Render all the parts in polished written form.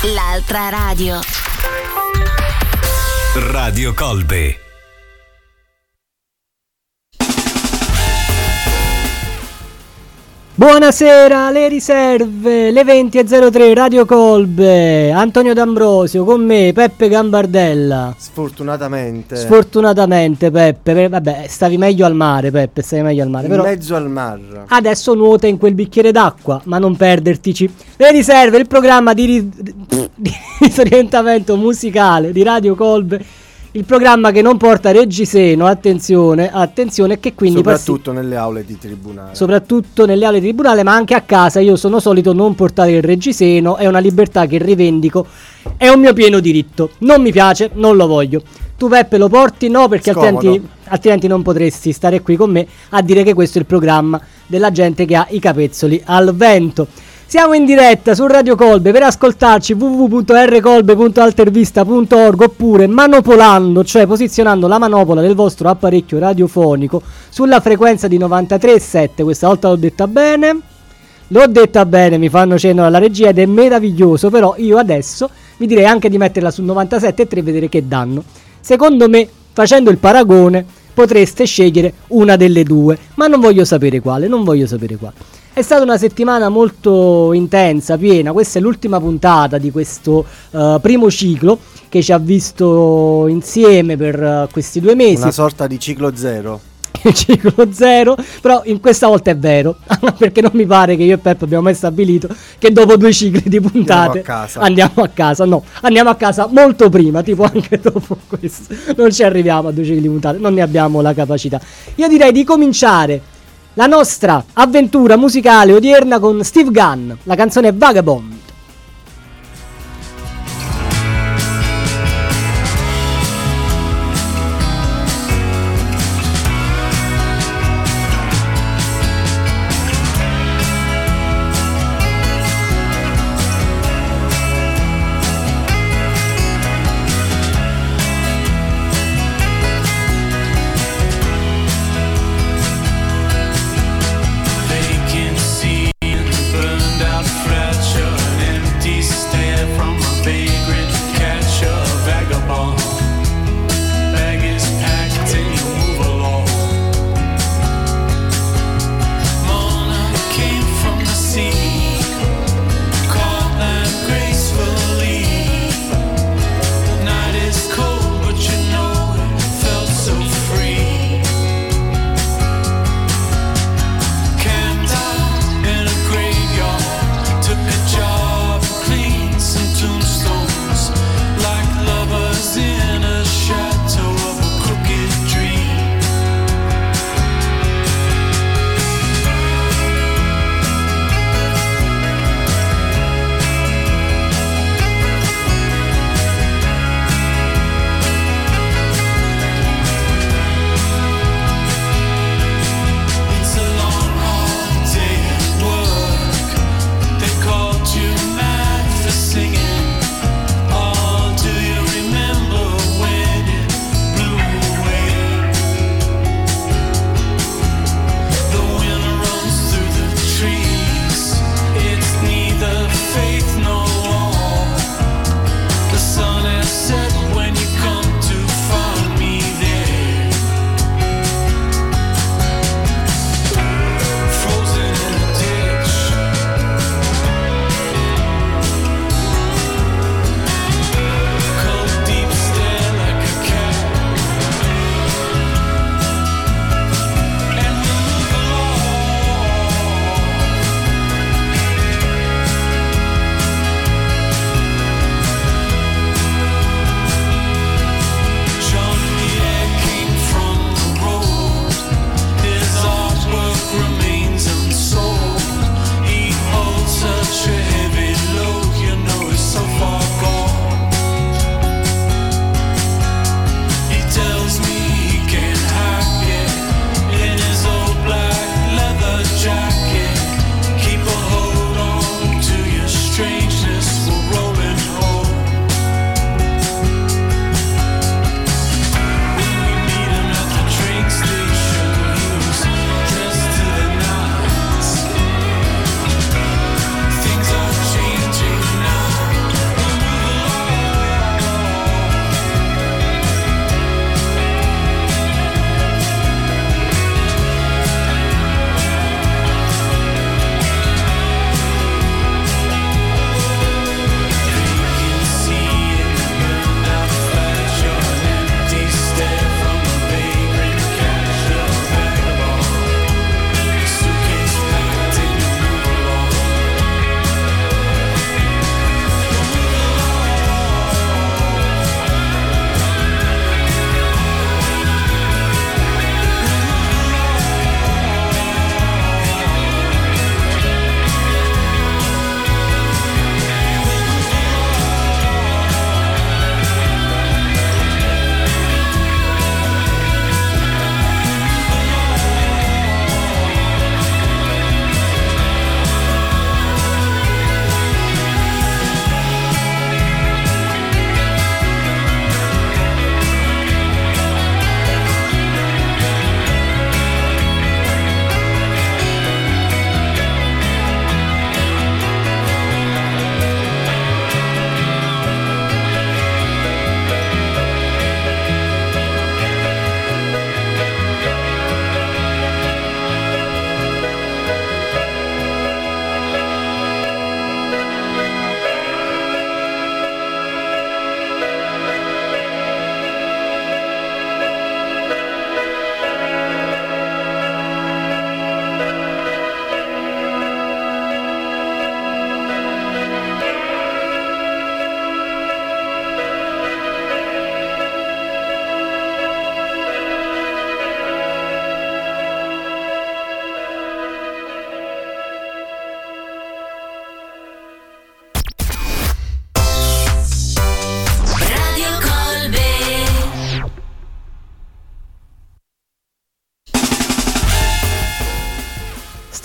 L'altra radio. Radio Colbe. Buonasera, le riserve, le 20.03, Radio Colbe, Antonio D'Ambrosio, con me, Peppe Gambardella. Sfortunatamente Peppe, vabbè, stavi meglio al mare Peppe, stavi meglio al mare. In però mezzo al mar. Adesso nuota in quel bicchiere d'acqua, ma non perdertici. Le riserve, il programma di disorientamento musicale di Radio Colbe. Il programma che non porta reggiseno, attenzione, che quindi soprattutto nelle aule di tribunale. Soprattutto nelle aule di tribunale, ma anche a casa. Io sono solito non portare il reggiseno, è una libertà che rivendico, è un mio pieno diritto. Non mi piace, non lo voglio. Tu Peppe lo porti? No, perché altrimenti non potresti stare qui con me a dire che questo è il programma della gente che ha i capezzoli al vento. Siamo in diretta su Radio Colbe, per ascoltarci www.rcolbe.altervista.org oppure manopolando, cioè posizionando la manopola del vostro apparecchio radiofonico sulla frequenza di 93.7. Questa volta l'ho detta bene, mi fanno cenno alla regia ed è meraviglioso, però io adesso vi direi anche di metterla su 97.3 e vedere che danno. Secondo me, facendo il paragone, potreste scegliere una delle due, ma non voglio sapere quale. È stata una settimana molto intensa, piena. Questa è l'ultima puntata di questo primo ciclo che ci ha visto insieme per questi 2 mesi. Una sorta di ciclo zero. Ciclo zero, però in questa volta è vero, perché non mi pare che io e Peppo abbiamo mai stabilito che dopo 2 cicli di puntate andiamo a casa. No, andiamo a casa molto prima, tipo anche dopo questo. Non ci arriviamo a 2 cicli di puntate, non ne abbiamo la capacità. Io direi di cominciare la nostra avventura musicale odierna con Steve Gunn, la canzone Vagabond. Burned out fracture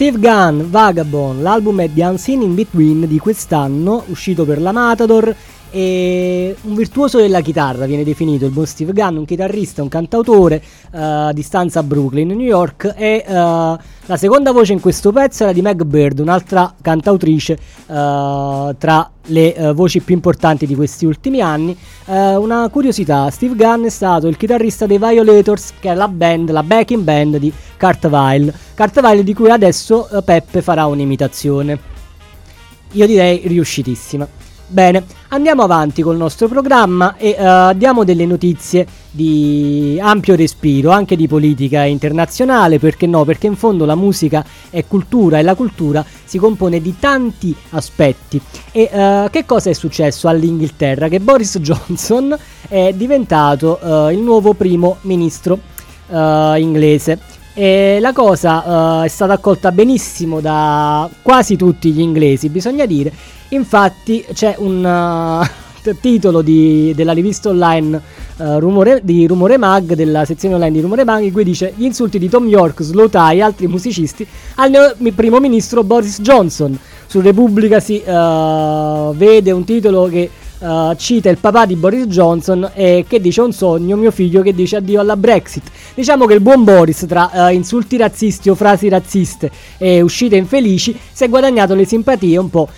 Steve Gunn, Vagabond, l'album è The Unseen in Between di quest'anno, uscito per la Matador. E un virtuoso della chitarra viene definito il buon Steve Gunn, un chitarrista, un cantautore di stanza a Brooklyn, New York, e la seconda voce in questo pezzo era di Meg Bird, un'altra cantautrice tra le voci più importanti di questi ultimi anni. Una curiosità: Steve Gunn è stato il chitarrista dei Violators, che è la band, la backing band di Kurt Weill, di cui adesso Peppe farà un'imitazione, io direi riuscitissima. Bene, andiamo avanti col nostro programma e diamo delle notizie di ampio respiro, anche di politica internazionale, perché no? Perché in fondo la musica è cultura e la cultura si compone di tanti aspetti. E che cosa è successo all'Inghilterra? Che Boris Johnson è diventato il nuovo primo ministro inglese. E la cosa è stata accolta benissimo da quasi tutti gli inglesi, bisogna dire. Infatti c'è un titolo della rivista online Rumore Mag, della sezione online di Rumore Mag, in cui dice: gli insulti di Tom York, Slow Tie e altri musicisti al primo ministro Boris Johnson. Su Repubblica si vede un titolo che cita il papà di Boris Johnson e che dice: un sogno, mio figlio che dice addio alla Brexit. Diciamo che il buon Boris, tra insulti razzisti o frasi razziste e uscite infelici, si è guadagnato le simpatie un po'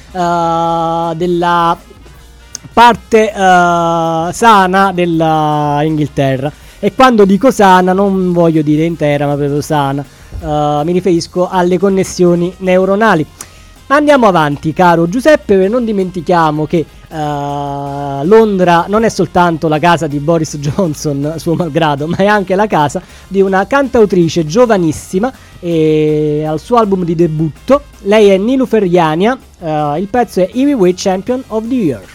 della parte sana della Inghilterra. E quando dico sana non voglio dire intera, ma proprio sana. Mi riferisco alle connessioni neuronali. Ma andiamo avanti, caro Giuseppe, non dimentichiamo che Londra non è soltanto la casa di Boris Johnson, suo malgrado, ma è anche la casa di una cantautrice giovanissima e al suo album di debutto. Lei è Nilufer Yania, il pezzo è Heavyweight Champion of the Year.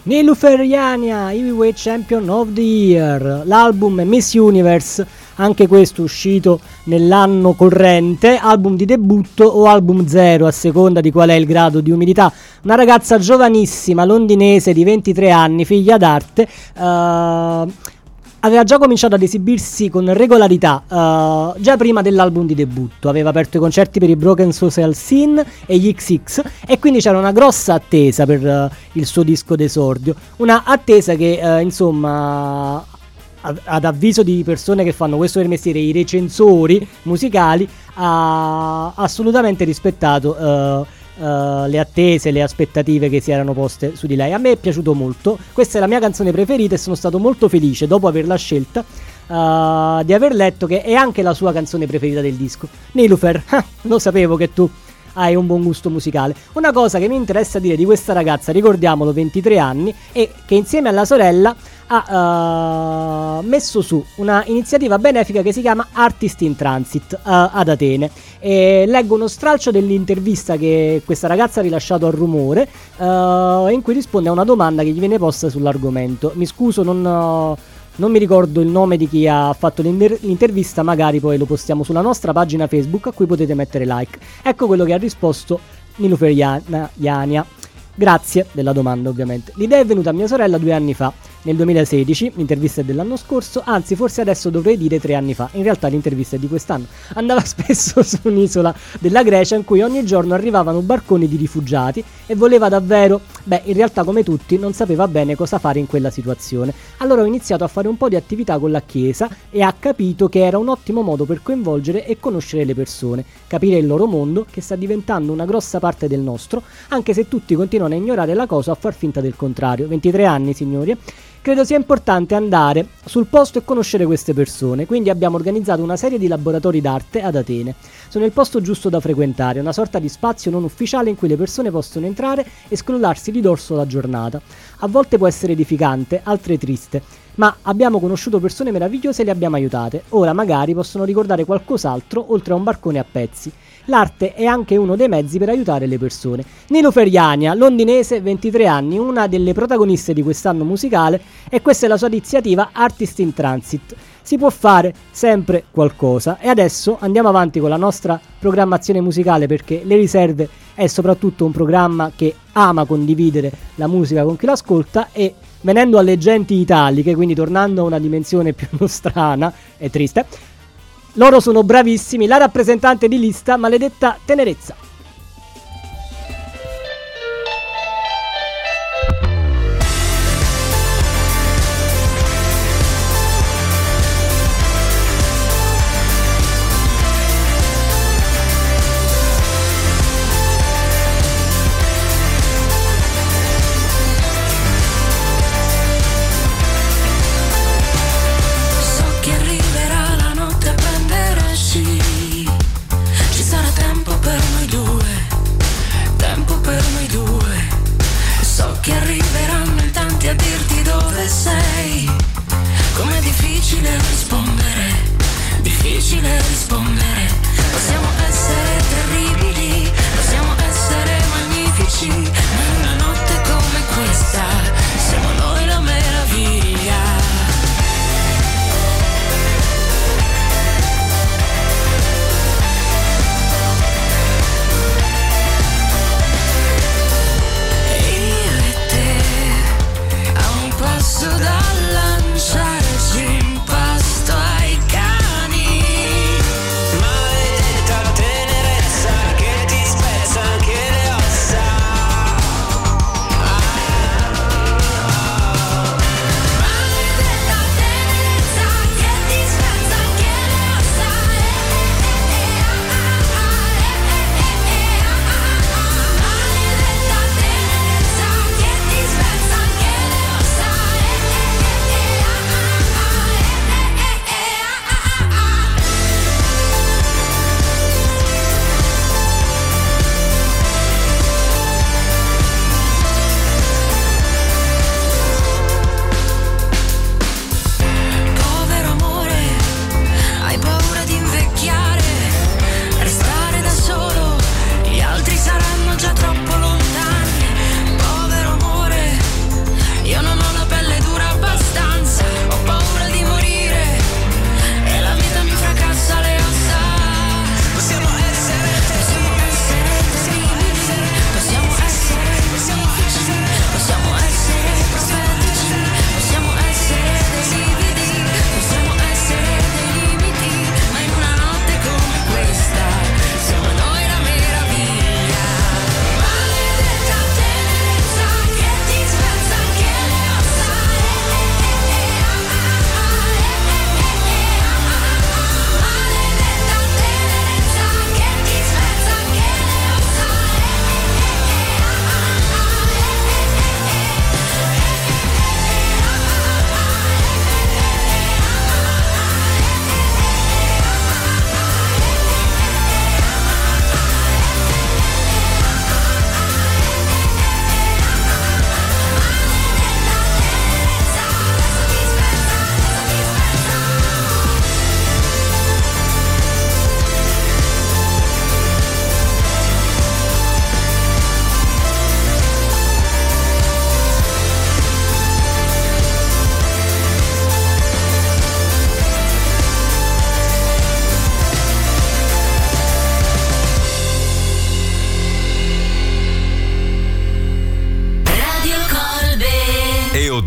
Niloufer Yania, Heavyweight Champion of the Year, l'album Miss Universe, anche questo uscito nell'anno corrente, album di debutto o album zero a seconda di qual è il grado di umidità. Una ragazza giovanissima, londinese di 23 anni, figlia d'arte, aveva già cominciato ad esibirsi con regolarità già prima dell'album di debutto. Aveva aperto i concerti per i Broken Social Scene e gli XX e quindi c'era una grossa attesa per il suo disco d'esordio. Una attesa che insomma, ad avviso di persone che fanno questo per mestiere, i recensori musicali, ha assolutamente rispettato le attese, le aspettative che si erano poste su di lei. A me è piaciuto molto, questa è la mia canzone preferita e sono stato molto felice dopo averla scelta di aver letto che è anche la sua canzone preferita del disco. Niloufer, lo sapevo che tu hai un buon gusto musicale. Una cosa che mi interessa dire di questa ragazza, ricordiamolo, 23 anni, e che insieme alla sorella ha messo su una iniziativa benefica che si chiama Artist in Transit ad Atene. E leggo uno stralcio dell'intervista che questa ragazza ha rilasciato al Rumore, in cui risponde a una domanda che gli viene posta sull'argomento. Mi scuso, non mi ricordo il nome di chi ha fatto l'intervista, magari poi lo postiamo sulla nostra pagina Facebook a cui potete mettere like. Ecco quello che ha risposto Niloufer Yania. Grazie della domanda, ovviamente. L'idea è venuta a mia sorella 2 anni fa, nel 2016, l'intervista è dell'anno scorso, anzi forse adesso dovrei dire 3 anni fa, in realtà l'intervista è di quest'anno. Andava spesso su un'isola della Grecia in cui ogni giorno arrivavano barconi di rifugiati e voleva davvero, in realtà come tutti, non sapeva bene cosa fare in quella situazione. Allora ho iniziato a fare un po' di attività con la chiesa e ha capito che era un ottimo modo per coinvolgere e conoscere le persone, capire il loro mondo che sta diventando una grossa parte del nostro, anche se tutti continuano a ignorare la cosa o a far finta del contrario. 23 anni, signori. Credo sia importante andare sul posto e conoscere queste persone, quindi abbiamo organizzato una serie di laboratori d'arte ad Atene. Sono il posto giusto da frequentare, una sorta di spazio non ufficiale in cui le persone possono entrare e scrollarsi di dorso la giornata. A volte può essere edificante, altre triste, ma abbiamo conosciuto persone meravigliose e le abbiamo aiutate. Ora magari possono ricordare qualcos'altro oltre a un barcone a pezzi. L'arte è anche uno dei mezzi per aiutare le persone. Niloufer Yania, londinese, 23 anni, una delle protagoniste di quest'anno musicale, e questa è la sua iniziativa Artist in Transit. Si può fare sempre qualcosa. E adesso andiamo avanti con la nostra programmazione musicale, perché Le Riserve è soprattutto un programma che ama condividere la musica con chi l'ascolta, e venendo alle genti italiche, quindi tornando a una dimensione più nostrana e triste, loro sono bravissimi, la rappresentante di lista Maledetta Tenerezza. Possiamo essere terribili, possiamo essere magnifici, ma in una notte come questa siamo noi la meraviglia. Io e te a un passo dal lanciarci in pasto ai cani, ma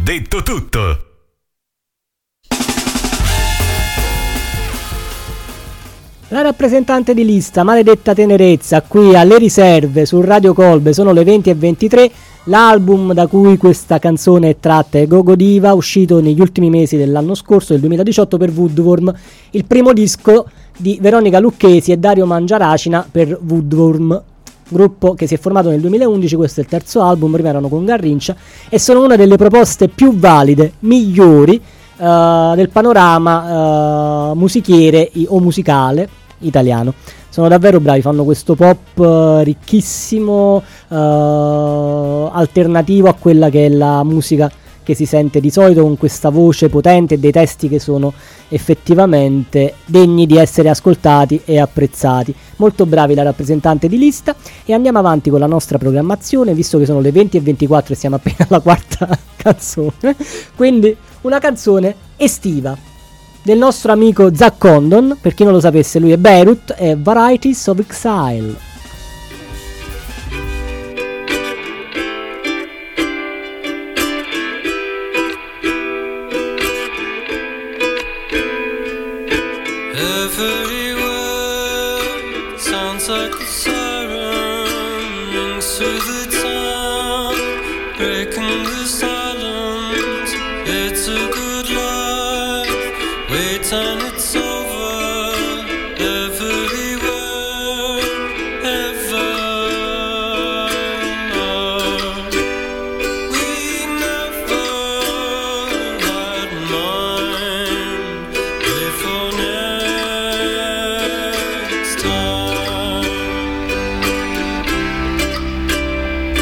detto tutto. La rappresentante di lista, Maledetta Tenerezza, qui alle riserve su Radio Colbe, sono le 20:23. L'album da cui questa canzone è tratta è Gogo Diva, uscito negli ultimi mesi dell'anno scorso, del 2018, per Woodworm, il primo disco di Veronica Lucchesi e Dario Mangiaracina per Woodworm, gruppo che si è formato nel 2011. Questo è il terzo album, prima erano con Garrincia, e sono una delle proposte più valide, migliori del panorama musichiere o musicale italiano. Sono davvero bravi, fanno questo pop ricchissimo, alternativo a quella che è la musica che si sente di solito, con questa voce potente e dei testi che sono effettivamente degni di essere ascoltati e apprezzati. Molto bravi la rappresentante di lista, e andiamo avanti con la nostra programmazione, visto che sono le 20:24 e siamo appena alla quarta canzone, quindi una canzone estiva del nostro amico Zach Condon. Per chi non lo sapesse, lui è Beirut, e Varieties of Exile. Every word sounds like a siren rings through the town, breaking the silence. It's a good life, wait and it's over. Every word, ever. We never had mine before next time.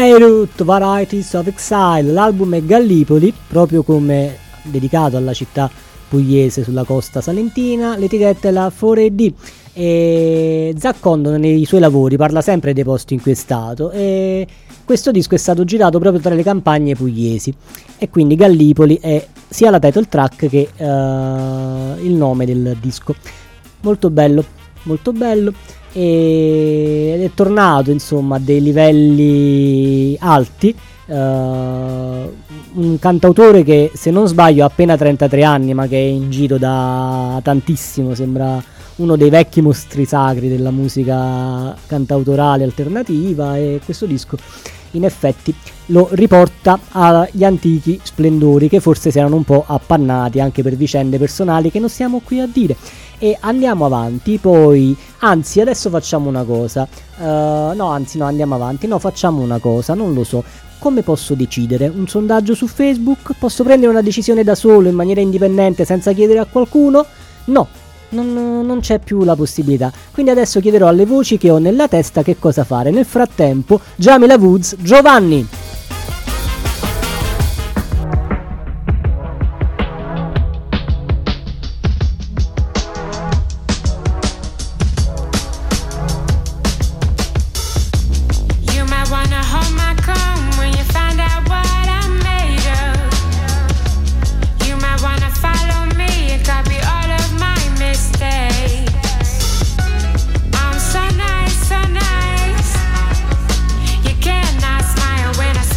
Beirut Varieties of Exile. L'album è Gallipoli, proprio come dedicato alla città pugliese sulla costa salentina. L'etichetta è la 4AD. E Zaccondo nei suoi lavori parla sempre dei posti in cui è stato, e questo disco è stato girato proprio tra le campagne pugliesi, e quindi Gallipoli è sia la title track che il nome del disco. Molto bello, ed è tornato insomma a dei livelli alti. Un cantautore che, se non sbaglio, ha appena 33 anni, ma che è in giro da tantissimo, sembra uno dei vecchi mostri sacri della musica cantautorale alternativa, e questo disco in effetti lo riporta agli antichi splendori, che forse si erano un po' appannati anche per vicende personali che non stiamo qui a dire. E andiamo avanti, poi, anzi adesso facciamo una cosa, andiamo avanti, facciamo una cosa, non lo so. Come posso decidere? Un sondaggio su Facebook? Posso prendere una decisione da solo, in maniera indipendente, senza chiedere a qualcuno? No, non c'è più la possibilità. Quindi adesso chiederò alle voci che ho nella testa che cosa fare. Nel frattempo, Jamila Woods, Giovanni. When I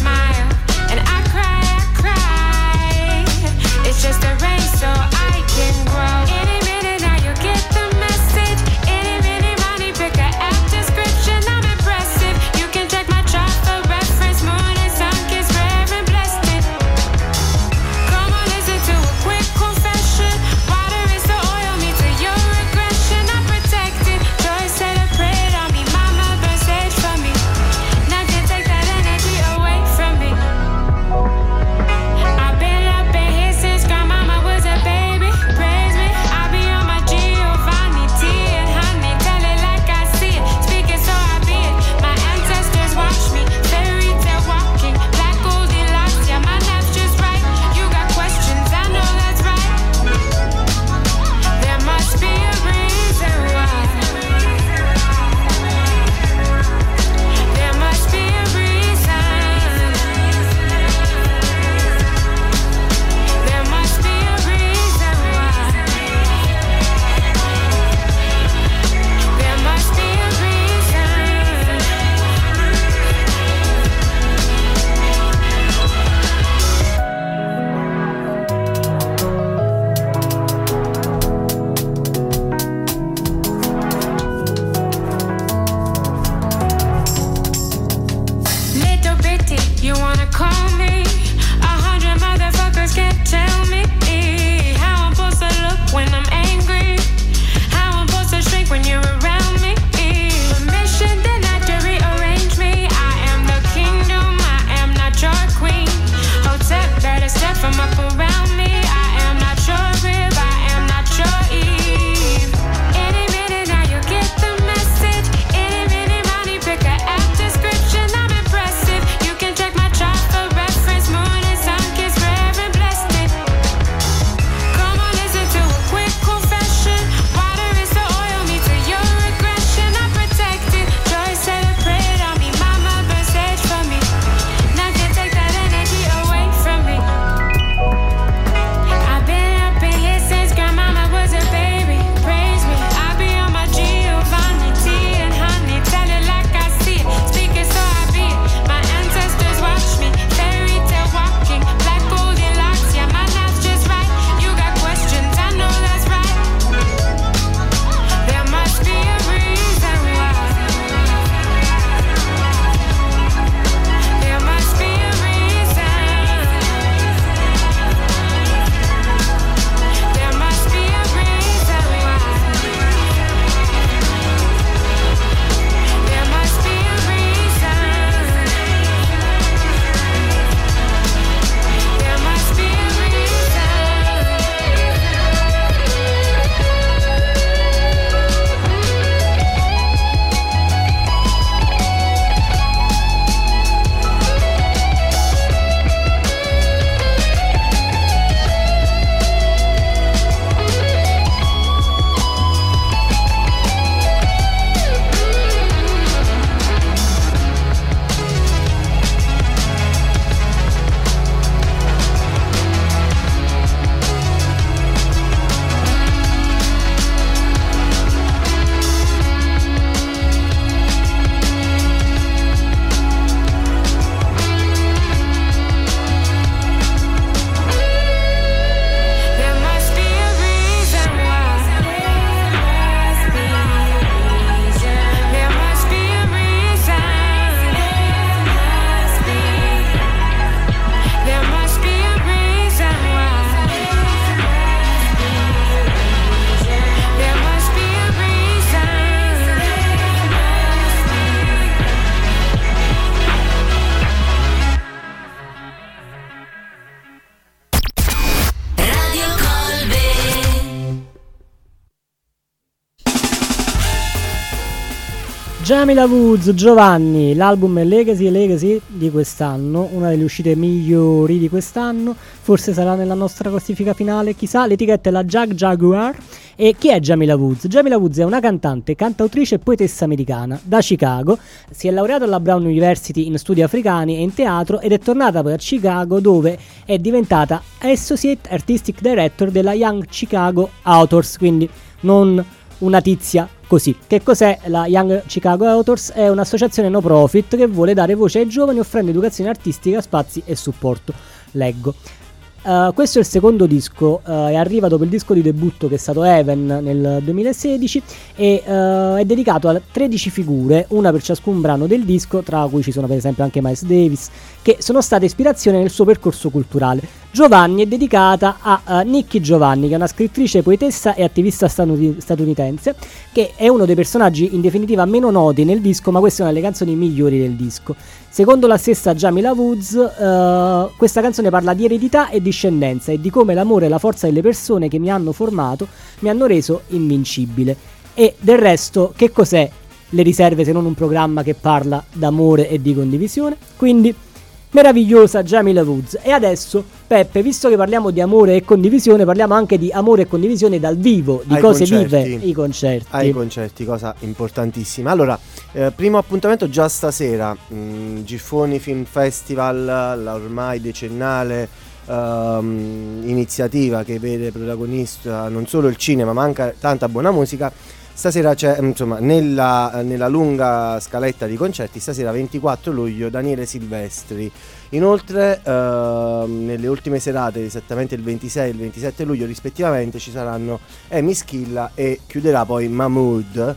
Jamila Woods, Giovanni, l'album è Legacy di quest'anno, una delle uscite migliori di quest'anno, forse sarà nella nostra classifica finale, chissà. L'etichetta è la Jaguar. E chi è Jamila Woods? Jamila Woods è una cantante, cantautrice e poetessa americana da Chicago, si è laureata alla Brown University in studi africani e in teatro ed è tornata poi a Chicago, dove è diventata Associate Artistic Director della Young Chicago Authors, quindi non una tizia così. Che cos'è la Young Chicago Authors? È un'associazione no profit che vuole dare voce ai giovani offrendo educazione artistica, spazi e supporto. Leggo. Questo è il secondo disco e arriva dopo il disco di debutto che è stato Heaven nel 2016 e è dedicato a 13 figure, una per ciascun brano del disco, tra cui ci sono per esempio anche Miles Davis, che sono state ispirazione nel suo percorso culturale. Giovanni è dedicata a Nikki Giovanni, che è una scrittrice, poetessa e attivista statunitense, che è uno dei personaggi in definitiva meno noti nel disco, ma questa è una delle canzoni migliori del disco. Secondo la stessa Jamila Woods, questa canzone parla di eredità e discendenza e di come l'amore e la forza delle persone che mi hanno formato mi hanno reso invincibile. E del resto, che cos'è Le Riserve se non un programma che parla d'amore e di condivisione? Quindi meravigliosa Jamila Woods. E adesso, Peppe, visto che parliamo di amore e condivisione, parliamo anche di amore e condivisione dal vivo, di Ai cose concerti. vive, i concerti. Ai concerti, cosa importantissima. Allora, primo appuntamento già stasera, Giffoni Film Festival, la ormai decennale iniziativa che vede protagonista non solo il cinema ma anche tanta buona musica. Stasera c'è, insomma, nella lunga scaletta di concerti, stasera 24 luglio Daniele Silvestri. Inoltre nelle ultime serate, esattamente il 26 e il 27 luglio rispettivamente, ci saranno Amy Schilla e chiuderà poi Mahmood.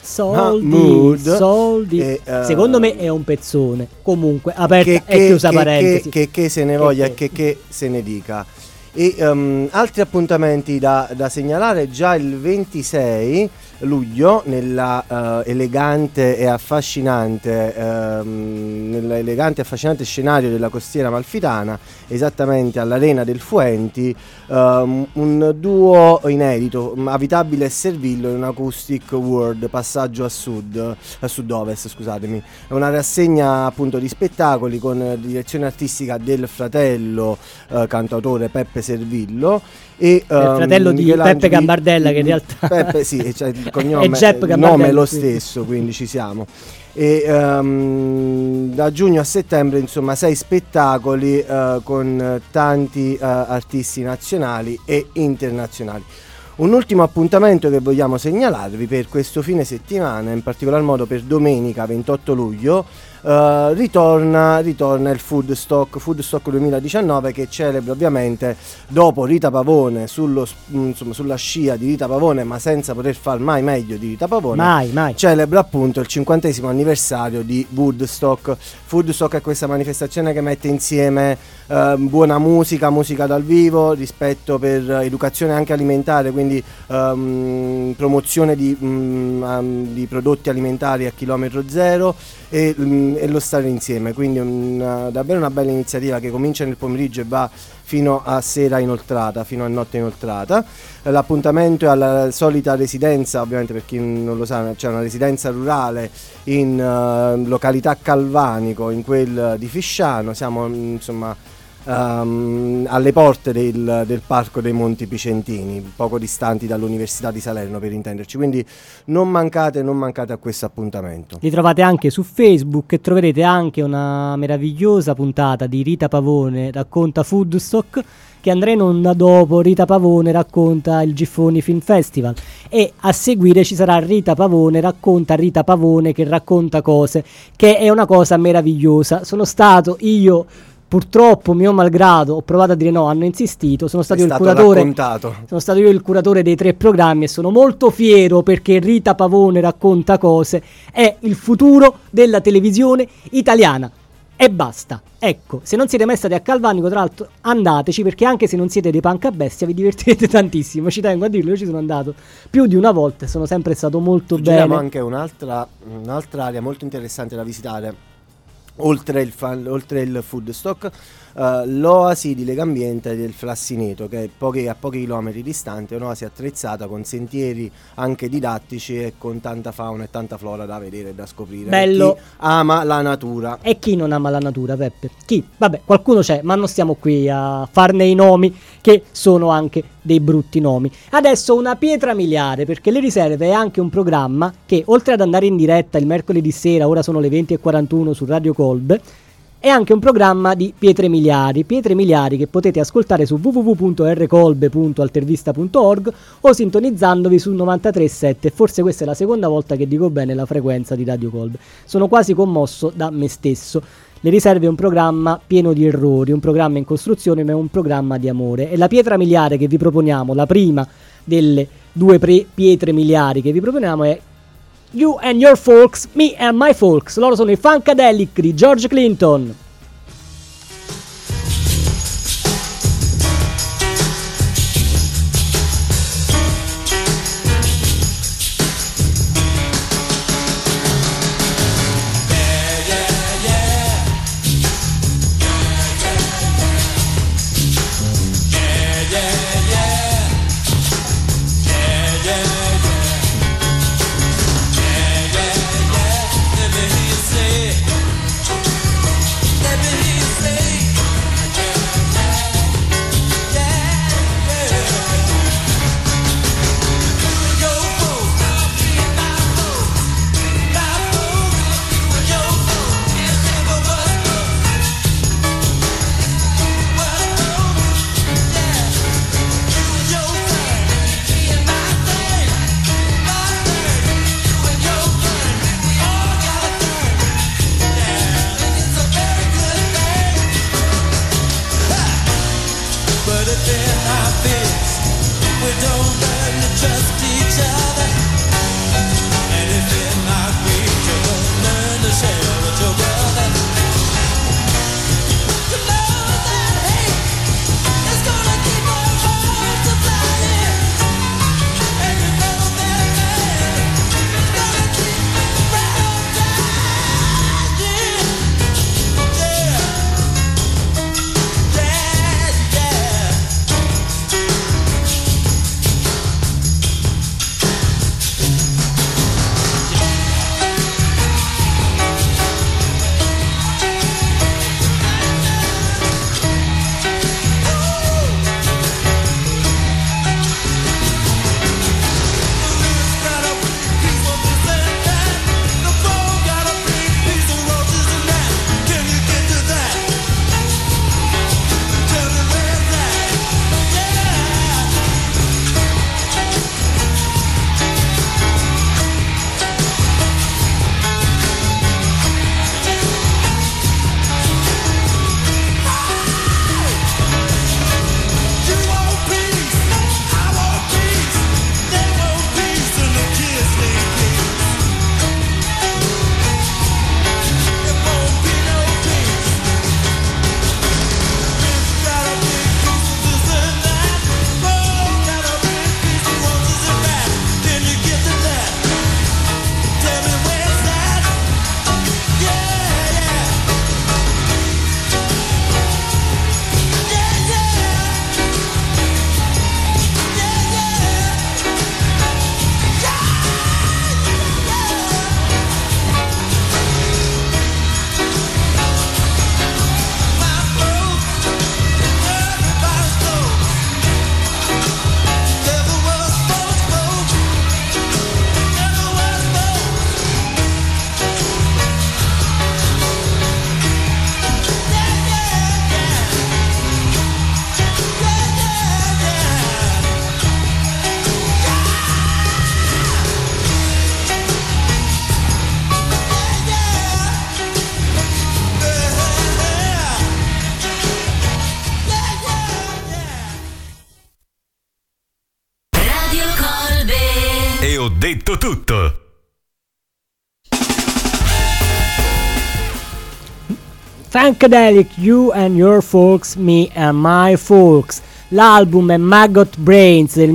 Soldi. E, secondo me è un pezzone. Comunque, aperta e chiusa parentesi. Che se ne voglia e che se ne dica. E altri appuntamenti da segnalare: già il 26 luglio nella elegante e affascinante scenario della Costiera Amalfitana, esattamente all'Arena del Fuenti, un duo inedito, Avitabile e Servillo, in un acoustic world, passaggio a sud-ovest, scusatemi. È una rassegna appunto di spettacoli con direzione artistica del fratello cantautore Peppe Servillo e il fratello di Peppe Gambardella, che in realtà Peppe, sì, cioè il cognome, il nome è lo stesso, quindi ci siamo. E da giugno a settembre, insomma, 6 spettacoli con tanti artisti nazionali e internazionali. Un ultimo appuntamento che vogliamo segnalarvi per questo fine settimana, in particolar modo per domenica 28 luglio, ritorna il Foodstock 2019, che celebra ovviamente, dopo Rita Pavone, sulla scia di Rita Pavone, ma senza poter far mai meglio di Rita Pavone, mai. Celebra appunto il 50° anniversario di Woodstock. Foodstock è questa manifestazione che mette insieme buona musica dal vivo, rispetto per educazione anche alimentare, quindi promozione di prodotti alimentari a chilometro zero e lo stare insieme, quindi davvero una bella iniziativa che comincia nel pomeriggio e va fino a sera inoltrata, fino a notte inoltrata. L'appuntamento è alla solita residenza, ovviamente per chi non lo sa, c'è una residenza rurale in località Calvanico, in quel di Fisciano. Siamo insomma alle porte del Parco dei Monti Picentini, poco distanti dall'Università di Salerno, per intenderci, quindi non mancate a questo appuntamento. Li trovate anche su Facebook e troverete anche una meravigliosa puntata di Rita Pavone racconta Foodstock, che andrà in onda dopo Rita Pavone racconta il Giffoni Film Festival, e a seguire ci sarà Rita Pavone racconta Rita Pavone che racconta cose, che è una cosa meravigliosa. Sono stato io, purtroppo, mio malgrado, ho provato a dire no, hanno insistito, sono stato io il curatore dei 3 programmi e sono molto fiero, perché Rita Pavone racconta cose è il futuro della televisione italiana. E basta. Ecco, se non siete mai stati a Calvanico, tra l'altro, andateci, perché anche se non siete dei punk a bestia vi divertirete tantissimo. Ci tengo a dirlo, io ci sono andato più di una volta e sono sempre stato molto bene. Abbiamo anche un'altra area molto interessante da visitare. Oltre il Foodstock, l'oasi di Legambiente del Flassineto, che è a pochi chilometri distante, un'oasi attrezzata con sentieri anche didattici e con tanta fauna e tanta flora da vedere e da scoprire. Bello. Chi ama la natura. E chi non ama la natura, Peppe? Chi? Vabbè, qualcuno c'è, ma non stiamo qui a farne i nomi, che sono anche dei brutti nomi. Adesso una pietra miliare, perché Le Riserve è anche un programma che, oltre ad andare in diretta il mercoledì sera, ora sono le 20:41 su Radio Kolb, è anche un programma di pietre miliari che potete ascoltare su www.rkolbe.altervista.org o sintonizzandovi sul 93.7. Forse questa è la seconda volta che dico bene la frequenza di Radio Kolb. Sono quasi commosso da me stesso. Le Riserve è un programma pieno di errori, un programma in costruzione, ma è un programma di amore. E la pietra miliare che vi proponiamo, la prima delle due pietre miliari che vi proponiamo, è You and Your Folks, Me and My Folks. Loro sono i Funkadelic di George Clinton. Ho detto tutto. Funkadelic, You and Your Folks, Me and My Folks. L'album è Maggot Brains del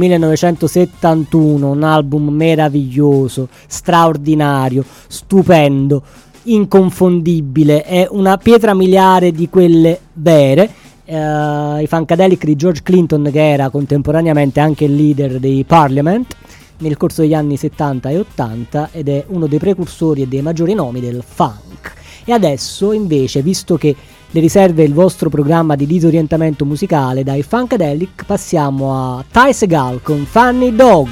1971, un album meraviglioso, straordinario, stupendo. inconfondibile, è una pietra miliare di quelle vere. I Funkadelic di George Clinton, che era contemporaneamente anche il leader dei Parliament nel corso degli anni 70 e 80, ed è uno dei precursori e dei maggiori nomi del funk. E adesso invece, visto che le riserve il vostro programma di disorientamento musicale, dai Funkadelic passiamo a Ty Segall con Funny Dog.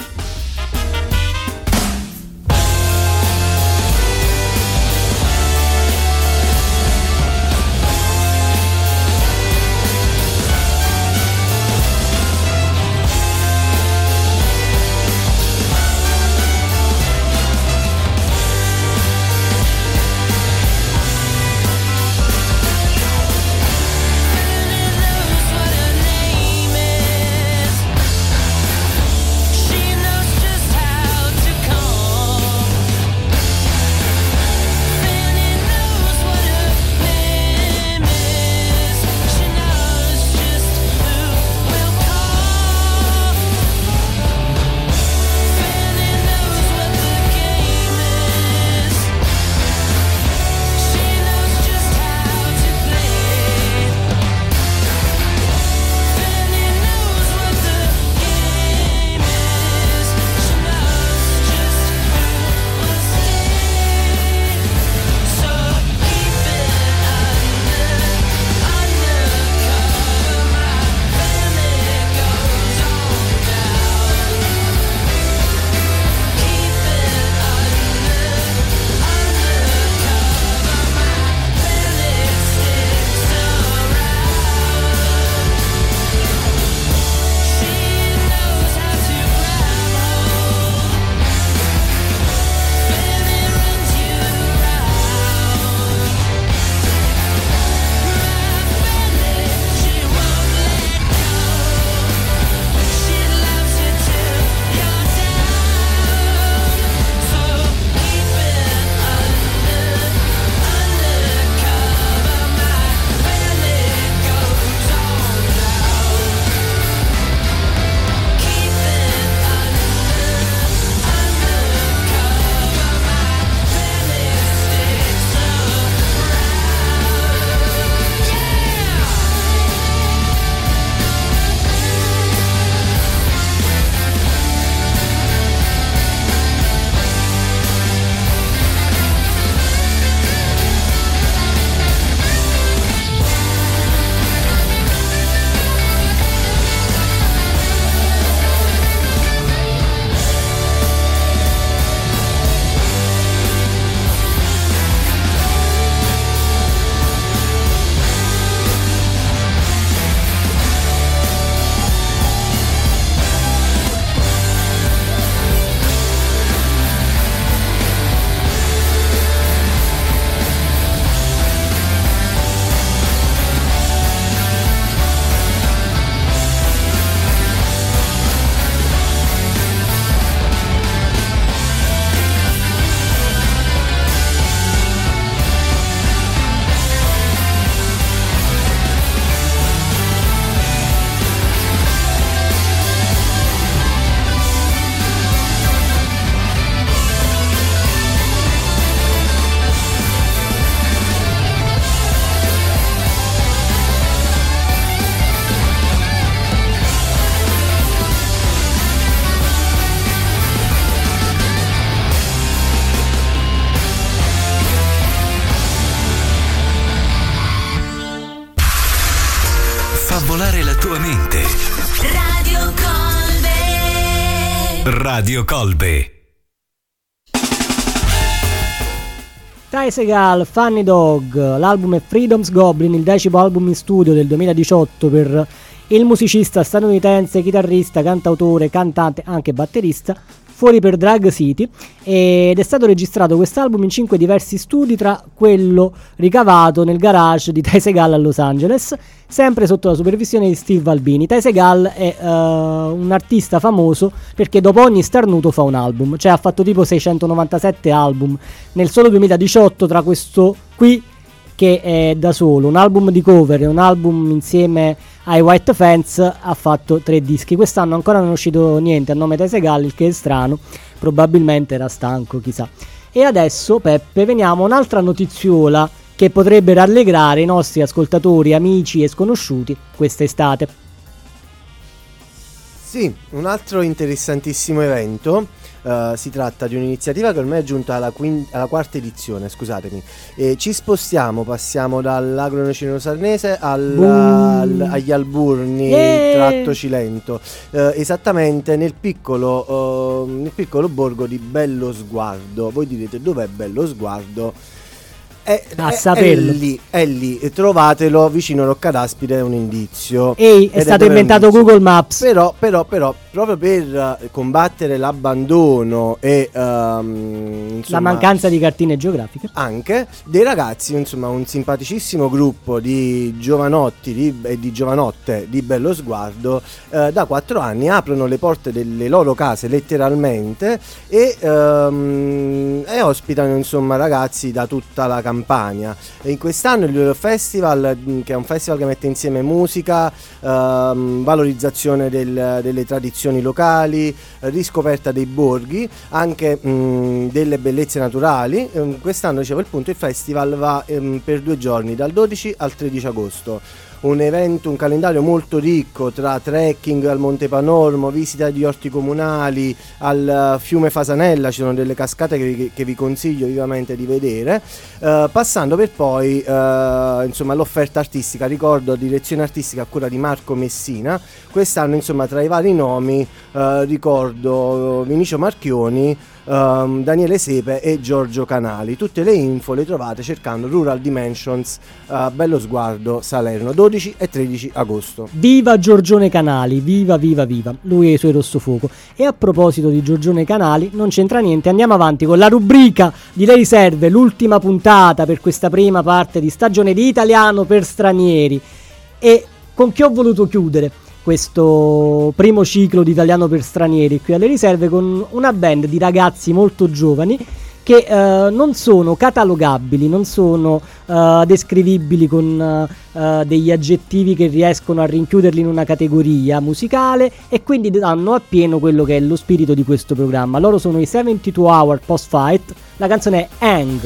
Volare la tua mente. Radio Kolbe. Radio Kolbe. Ty Segall, Funny Dog. L'album è Freedom's Goblin, il 10° album in studio del 2018 per il musicista statunitense, chitarrista, cantautore, cantante, anche batterista, fuori per Drag City, ed è stato registrato quest'album in 5 diversi studi, tra quello ricavato nel garage di Ty Segall a Los Angeles, sempre sotto la supervisione di Steve Albini. Ty Segall è un artista famoso perché dopo ogni starnuto fa un album, cioè ha fatto tipo 697 album nel solo 2018, tra questo qui che è da solo, un album di cover e un album insieme ai White Fans, ha fatto 3 dischi. Quest'anno ancora non è uscito niente a nome Ty Segall, il che è strano, probabilmente era stanco, chissà. E adesso, Peppe, veniamo a un'altra notiziola che potrebbe rallegrare i nostri ascoltatori, amici e sconosciuti quest'estate. Sì, un altro interessantissimo evento. Si tratta di un'iniziativa che ormai è giunta alla quarta edizione, scusatemi. Ci spostiamo, passiamo dall'Agro Sarnese agli Alburni, tratto Cilento, esattamente nel piccolo borgo di Bello Sguardo. Voi direte, dov'è Bello Sguardo? È lì, trovatelo vicino a Roccadaspide, è un indizio. È stato inventato Google Maps. Però, proprio per combattere l'abbandono e insomma, la mancanza di cartine geografiche, anche dei ragazzi, insomma, un simpaticissimo gruppo di giovanotti e di giovanotte di Bello Sguardo da 4 anni aprono le porte delle loro case letteralmente e ospitano, insomma, ragazzi da tutta la Campania. E in quest'anno il loro festival, che è un festival che mette insieme musica, valorizzazione delle tradizioni locali, riscoperta dei borghi, anche delle bellezze naturali. Quest'anno, dicevo, il festival va per 2 giorni, dal 12 al 13 agosto. Un calendario molto ricco tra trekking al Monte Panormo, visita di orti comunali, al fiume Fasanella, ci sono delle cascate che vi consiglio vivamente di vedere, passando per poi insomma l'offerta artistica. Ricordo direzione artistica a cura di Marco Messina. Quest'anno, insomma, tra i vari nomi ricordo Vinicio Marchioni, Daniele Sepe e Giorgio Canali. Tutte le info le trovate cercando Rural Dimensions Bello Sguardo Salerno, 12 e 13 agosto. Viva Giorgione Canali, viva lui e i suoi Rossofuoco. E a proposito di Giorgione Canali, non c'entra niente, andiamo avanti con la rubrica di Le Riserve, l'ultima puntata per questa prima parte di stagione di Italiano per Stranieri. E con chi ho voluto chiudere questo primo ciclo di Italiano per Stranieri qui alle Riserve? Con una band di ragazzi molto giovani che non sono catalogabili, non sono descrivibili con degli aggettivi che riescono a rinchiuderli in una categoria musicale, e quindi danno appieno quello che è lo spirito di questo programma. Loro sono i 72 Hour Post Fight, la canzone è Hang.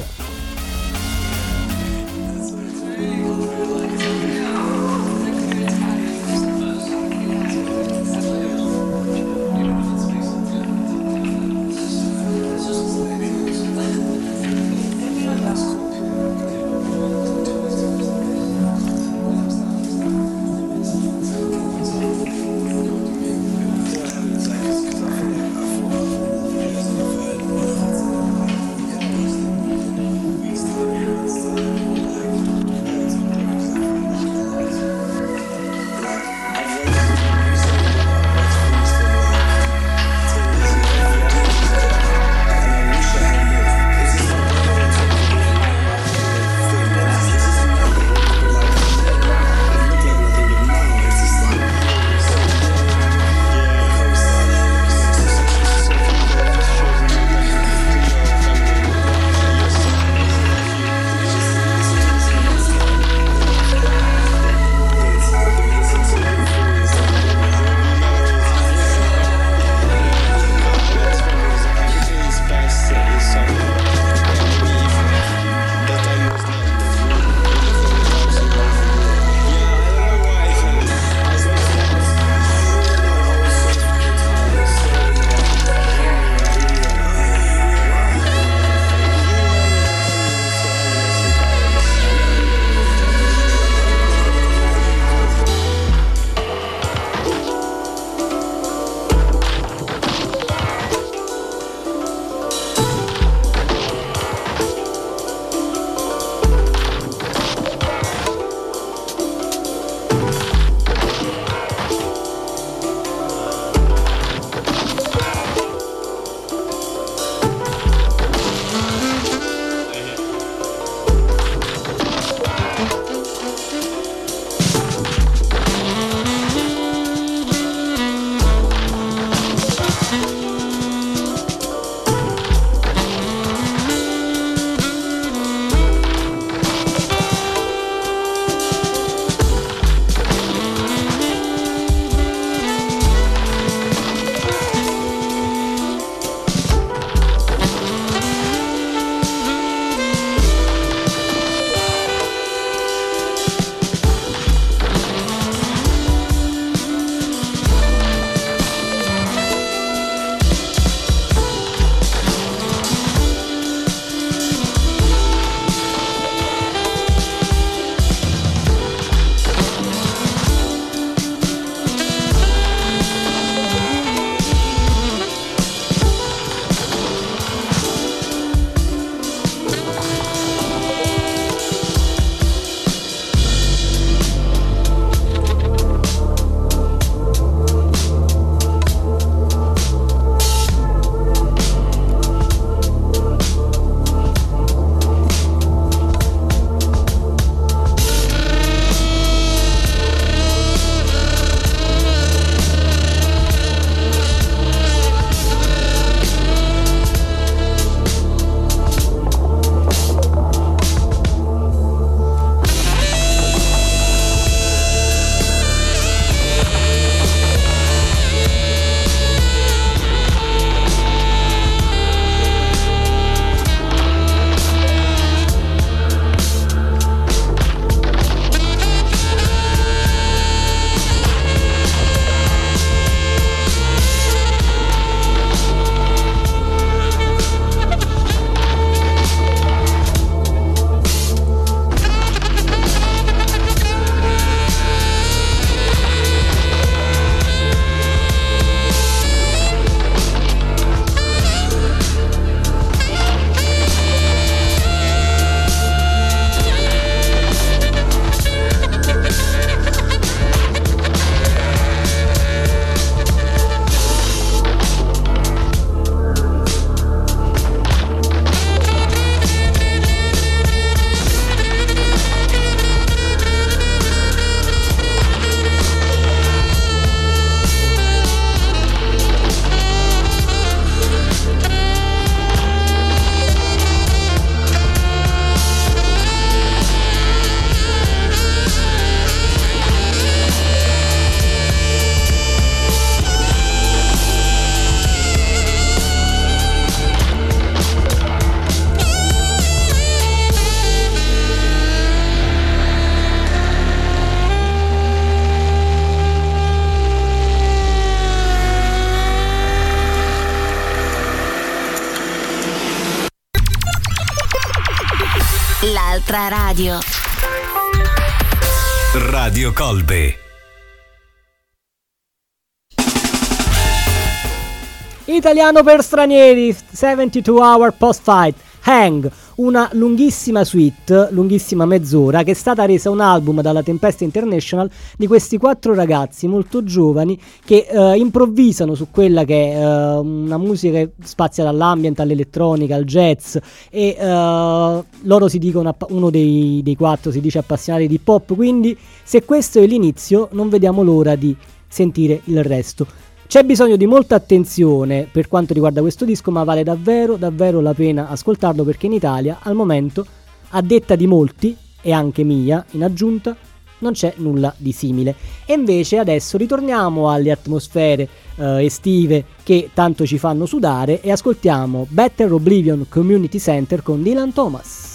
l'altra radio. Radio Colbe. Italiano per stranieri, 72 Hour Post Fight, Hang, una lunghissima suite, lunghissima mezz'ora, che è stata resa un album dalla Tempesta International di questi 4 ragazzi molto giovani che improvvisano su quella che è una musica che spazia dall'ambient all'elettronica, al jazz, e loro si dicono, uno dei 4 si dice appassionati di pop, quindi se questo è l'inizio non vediamo l'ora di sentire il resto. C'è bisogno di molta attenzione per quanto riguarda questo disco, ma vale davvero davvero la pena ascoltarlo, perché in Italia al momento, a detta di molti e anche mia in aggiunta, non c'è nulla di simile. E invece adesso ritorniamo alle atmosfere estive che tanto ci fanno sudare e ascoltiamo Better Oblivion Community Center con Dylan Thomas.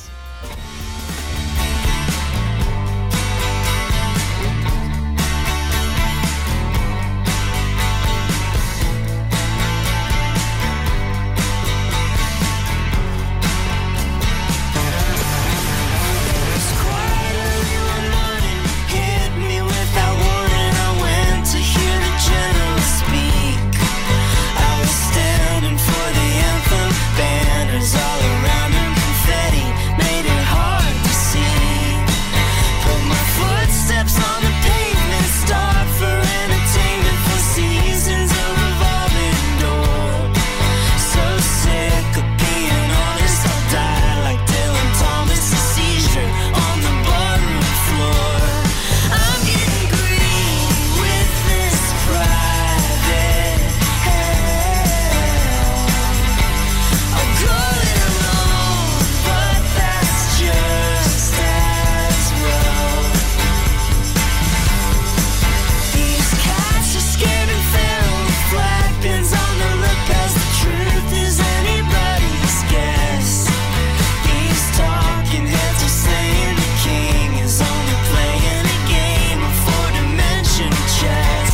All around him, confetti made it hard to see. Put my footsteps on the pavement, start for entertainment, for seasons of revolving door. So sick of being honest, I'll die like Dylan Thomas, a seizure on the barroom floor. I'm getting green with this private hell. I'll go it alone, but that's just as well. These cats are scared and feral, with flag pins on the lip, as the truth is anybody's guess. These talking heads are saying the king is only playing a game of 4-dimension chess.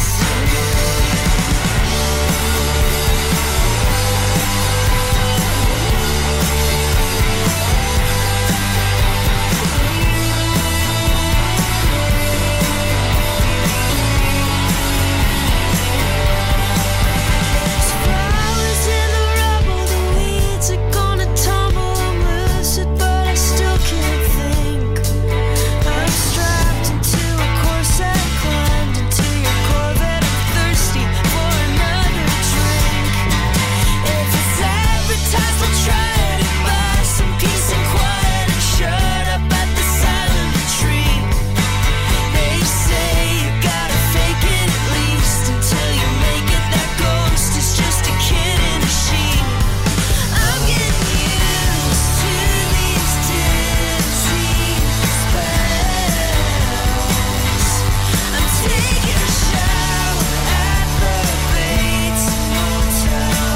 Flowers in the rubble, the weeds are gonna tumble. I'm lucid, but I still can't think. I'm strapped into a corset, climbed into your Corvette. I'm thirsty for another drink. If it's advertised, I'll try it and buy some peace and quiet and shut up at the silent retreat. They say you gotta fake it at least until you make it. That ghost is just a kid in a sheet. I'm getting used to these dizzy spells. I'm taking a shower at the Bates Motel.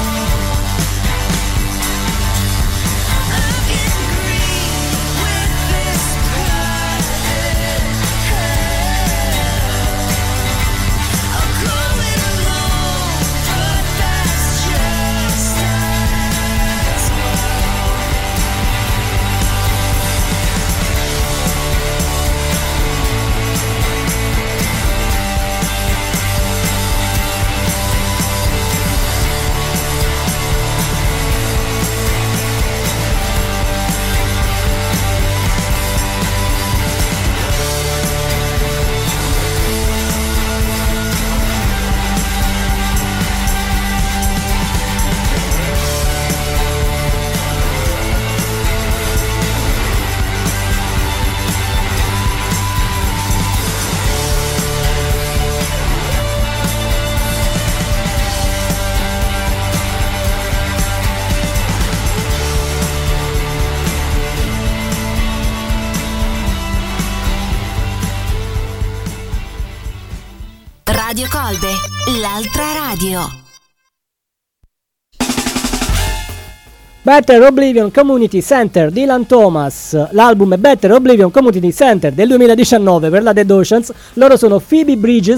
I'm getting green with this private hell. I'll go it alone, but that's just as well. Radio Colbe, l'altra radio. Better Oblivion Community Center, Dylan Thomas. L'album è Better Oblivion Community Center del 2019 per la Dead Oceans. Loro sono Phoebe Bridges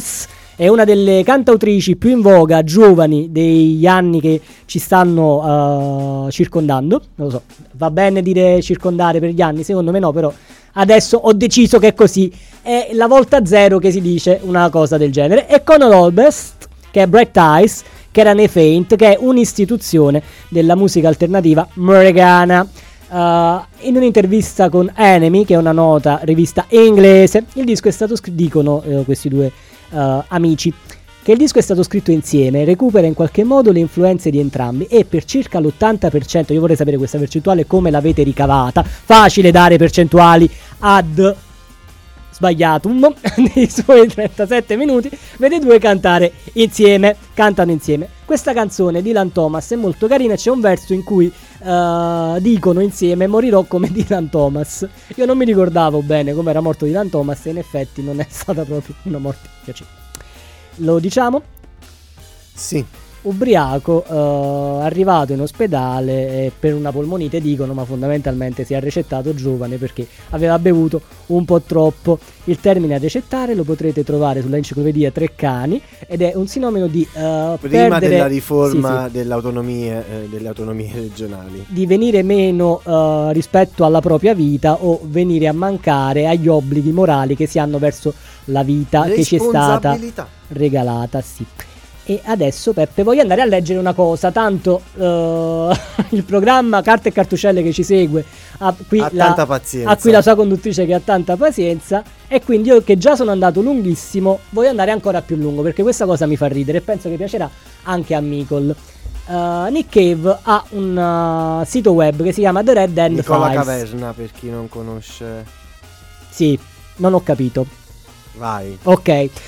è una delle cantautrici più in voga, giovani, degli anni che ci stanno circondando. Non lo so, va bene dire circondare per gli anni? Secondo me no, però adesso ho deciso che è così. È la volta zero che si dice una cosa del genere. E Conor Oberst, che è Bright Eyes, che era nei Faint, che è un'istituzione della musica alternativa americana. In un'intervista con Enemy, che è una nota rivista inglese, il disco è stato scritto, dicono questi due amici, che il disco è stato scritto insieme, recupera in qualche modo le influenze di entrambi e per circa l'80%, io vorrei sapere questa percentuale come l'avete ricavata, facile dare percentuali ad sbagliatum nei suoi 37 minuti, vede due cantano insieme. Questa canzone di Dylan Thomas è molto carina, c'è un verso in cui dicono insieme morirò come Dylan Thomas. Io non mi ricordavo bene come era morto Dylan Thomas e in effetti non è stata proprio una morte piacevole. Lo diciamo? Sì. Ubriaco, arrivato in ospedale per una polmonite, dicono, ma fondamentalmente si è recettato giovane perché aveva bevuto un po' troppo. Il termine a recettare lo potrete trovare sulla enciclopedia Treccani ed è un sinonimo di prima della riforma delle autonomie regionali, di venire meno rispetto alla propria vita o venire a mancare agli obblighi morali che si hanno verso la vita che ci è stata regalata, sì. E adesso, Peppe, voglio andare a leggere una cosa, tanto il programma Carte e Cartucelle che ci segue ha qui la sua conduttrice che ha tanta pazienza, e quindi io, che già sono andato lunghissimo, voglio andare ancora più lungo perché questa cosa mi fa ridere e penso che piacerà anche a Micol. Nick Cave ha un sito web che si chiama The Red End Nicola Files. Caverna, per chi non conosce. Sì, non ho capito. Vai. Ok.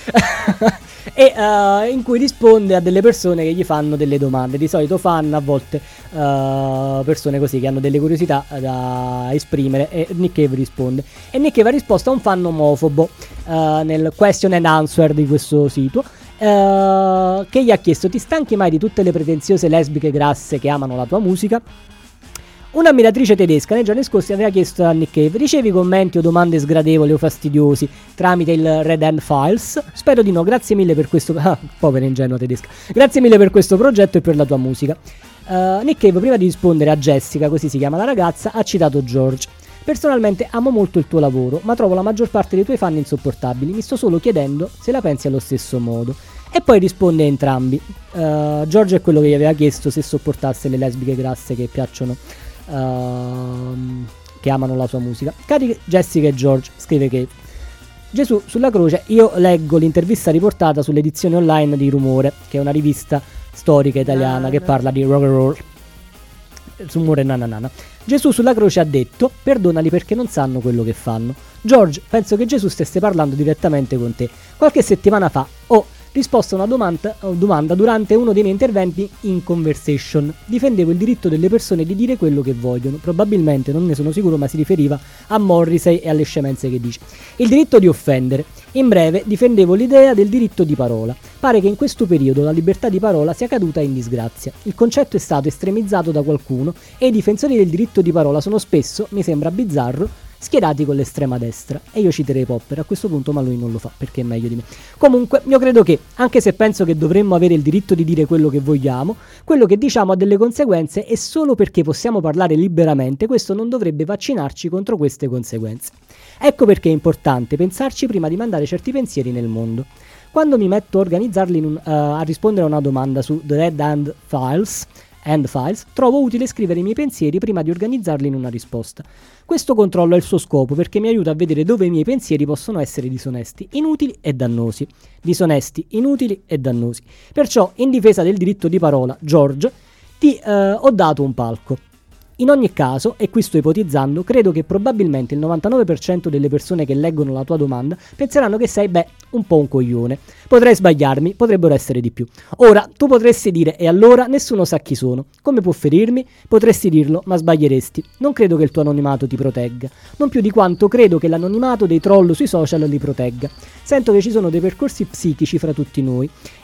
E in cui risponde a delle persone che gli fanno delle domande. Di solito fanno a volte persone così che hanno delle curiosità da esprimere, e Nick Cave risponde. E Nick Cave ha risposto a un fan omofobo nel question and answer di questo sito, che gli ha chiesto: ti stanchi mai di tutte le pretenziose lesbiche grasse che amano la tua musica? Un'ammiratrice tedesca nei giorni scorsi aveva chiesto a Nick Cave: ricevi commenti o domande sgradevoli o fastidiosi tramite il Red End Files? Spero di no, grazie mille per questo povera ingenua tedesca, grazie mille per questo progetto e per la tua musica. Nick Cave, prima di rispondere a Jessica, così si chiama la ragazza, ha citato George. Personalmente amo molto il tuo lavoro, ma trovo la maggior parte dei tuoi fan insopportabili, mi sto solo chiedendo se la pensi allo stesso modo. E poi risponde a entrambi. George è quello che gli aveva chiesto se sopportasse le lesbiche grasse che piacciono, che amano la sua musica. Cari Jessica e George, scrive che Gesù sulla croce, io leggo l'intervista riportata sull'edizione online di Rumore, che è una rivista storica italiana che parla di rock and roll. Rumore nananana. Gesù sulla croce ha detto: perdonali perché non sanno quello che fanno. George, penso che Gesù stesse parlando direttamente con te. Qualche settimana fa ho risposto a una domanda durante uno dei miei interventi in Conversation. Difendevo il diritto delle persone di dire quello che vogliono. Probabilmente, non ne sono sicuro, ma si riferiva a Morrissey e alle scemenze che dice. Il diritto di offendere. In breve, difendevo l'idea del diritto di parola. Pare che in questo periodo la libertà di parola sia caduta in disgrazia. Il concetto è stato estremizzato da qualcuno e i difensori del diritto di parola sono spesso, mi sembra bizzarro, schierati con l'estrema destra. E io citerei Popper a questo punto, ma lui non lo fa perché è meglio di me. Comunque, io credo che, anche se penso che dovremmo avere il diritto di dire quello che vogliamo, quello che diciamo ha delle conseguenze e solo perché possiamo parlare liberamente, questo non dovrebbe vaccinarci contro queste conseguenze. Ecco perché è importante pensarci prima di mandare certi pensieri nel mondo. Quando mi metto a organizzarli a rispondere a una domanda su The Red End Files, trovo utile scrivere i miei pensieri prima di organizzarli in una risposta. Questo controllo ha il suo scopo perché mi aiuta a vedere dove i miei pensieri possono essere disonesti, inutili e dannosi. Disonesti, inutili e dannosi. Perciò, in difesa del diritto di parola, George, ti ho dato un palco. In ogni caso, e qui sto ipotizzando, credo che probabilmente il 99% delle persone che leggono la tua domanda penseranno che sei, un po' un coglione. Potrei sbagliarmi, potrebbero essere di più. Ora, tu potresti dire: e allora nessuno sa chi sono. Come può ferirmi? Potresti dirlo, ma sbaglieresti. Non credo che il tuo anonimato ti protegga. Non più di quanto credo che l'anonimato dei troll sui social li protegga. Sento che ci sono dei percorsi psichici fra tutti noi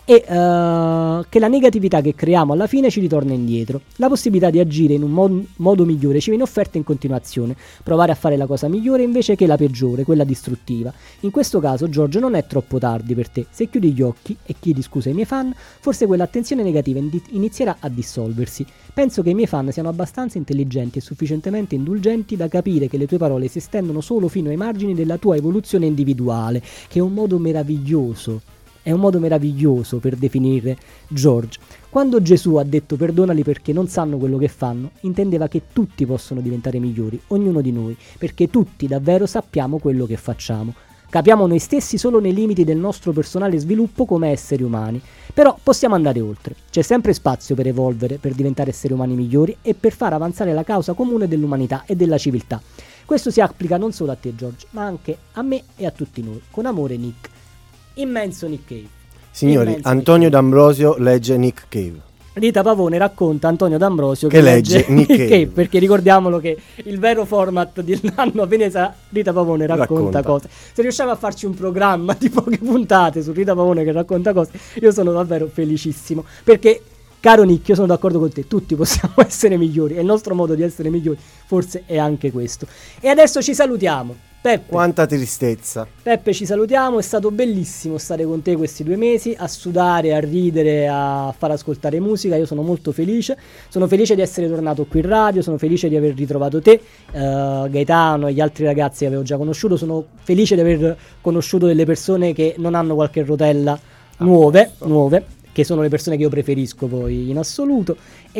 e che la negatività che creiamo alla fine ci ritorna indietro. La possibilità di agire in un modo migliore ci viene offerta in continuazione, provare a fare la cosa migliore invece che la peggiore, quella distruttiva. In questo caso, George, non è troppo tardi per te. Se chiudi gli occhi e chiedi scusa ai miei fan, forse quell'attenzione negativa inizierà a dissolversi. Penso che i miei fan siano abbastanza intelligenti e sufficientemente indulgenti da capire che le tue parole si estendono solo fino ai margini della tua evoluzione individuale, che è un modo meraviglioso. È un modo meraviglioso per definire George. Quando Gesù ha detto perdonali perché non sanno quello che fanno, intendeva che tutti possono diventare migliori, ognuno di noi, perché tutti davvero sappiamo quello che facciamo. Capiamo noi stessi solo nei limiti del nostro personale sviluppo come esseri umani, però possiamo andare oltre. C'è sempre spazio per evolvere, per diventare esseri umani migliori e per far avanzare la causa comune dell'umanità e della civiltà. Questo si applica non solo a te, George, ma anche a me e a tutti noi. Con amore, Nick. Immenso Nick Cave. Signori, Immenso Antonio D'Ambrosio legge Nick Cave. Rita Pavone racconta Antonio D'Ambrosio che legge Nick Cave, perché ricordiamolo che il vero format dell'anno appena sarà Rita Pavone racconta cose. Se riusciamo a farci un programma di poche puntate su Rita Pavone che racconta cose, io sono davvero felicissimo, perché caro Nick, io sono d'accordo con te, tutti possiamo essere migliori e il nostro modo di essere migliori forse è anche questo. E adesso ci salutiamo. Peppe, quanta tristezza. Peppe, ci salutiamo, è stato bellissimo stare con te questi 2 mesi, a sudare, a ridere, a far ascoltare musica. Io sono molto felice di essere tornato qui in radio, sono felice di aver ritrovato te, Gaetano e gli altri ragazzi che avevo già conosciuto, sono felice di aver conosciuto delle persone che non hanno qualche rotella nuove, che sono le persone che io preferisco poi in assoluto,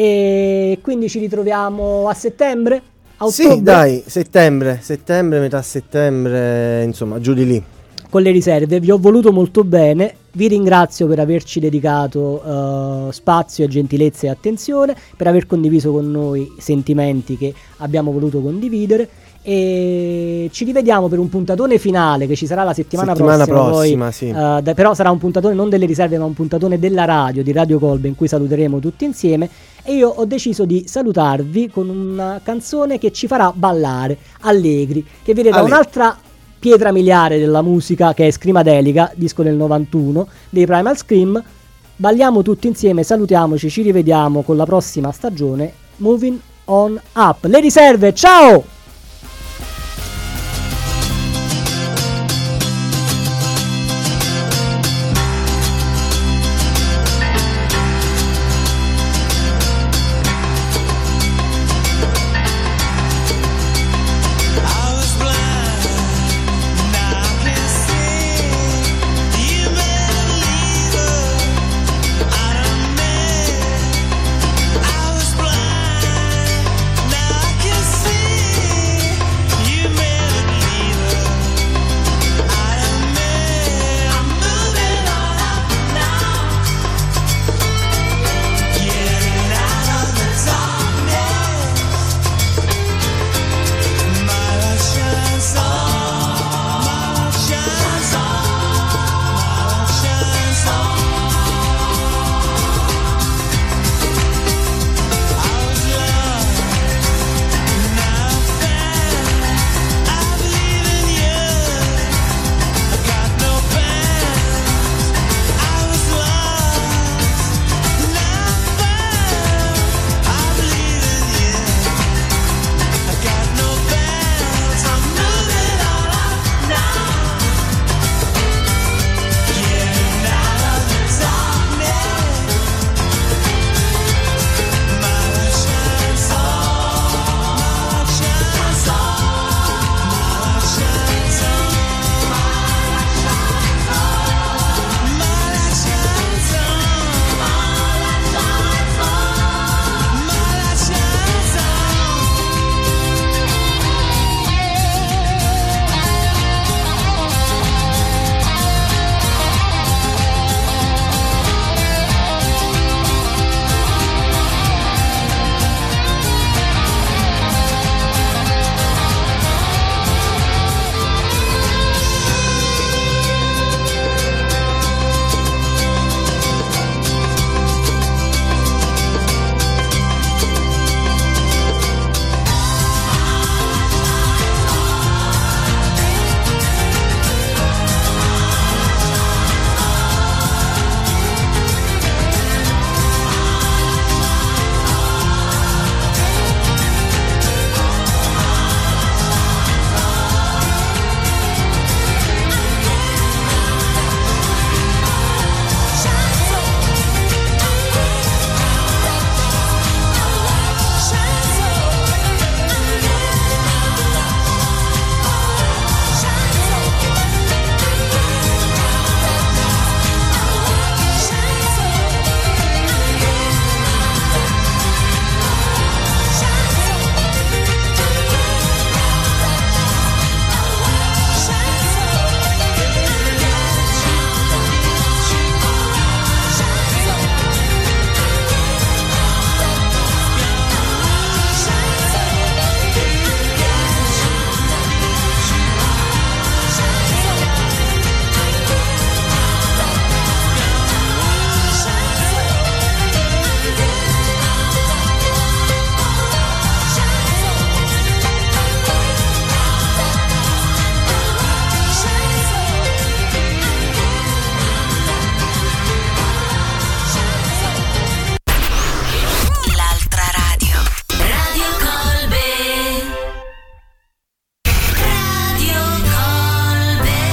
e quindi ci ritroviamo a settembre. Sì, dai, settembre, metà settembre, insomma, giù di lì. Con le riserve, vi ho voluto molto bene, vi ringrazio per averci dedicato spazio e gentilezza e attenzione, per aver condiviso con noi sentimenti che abbiamo voluto condividere, e ci rivediamo per un puntatone finale che ci sarà la settimana prossima poi, sì. Però sarà un puntatone non delle riserve ma un puntatone della radio, di Radio Colbe, in cui saluteremo tutti insieme, e io ho deciso di salutarvi con una canzone che ci farà ballare, allegri, che viene da un'altra pietra miliare della musica, che è Scrimadelica, disco del 91 dei Primal Scream. Balliamo tutti insieme, salutiamoci, ci rivediamo con la prossima stagione. Moving on up. Le riserve, ciao!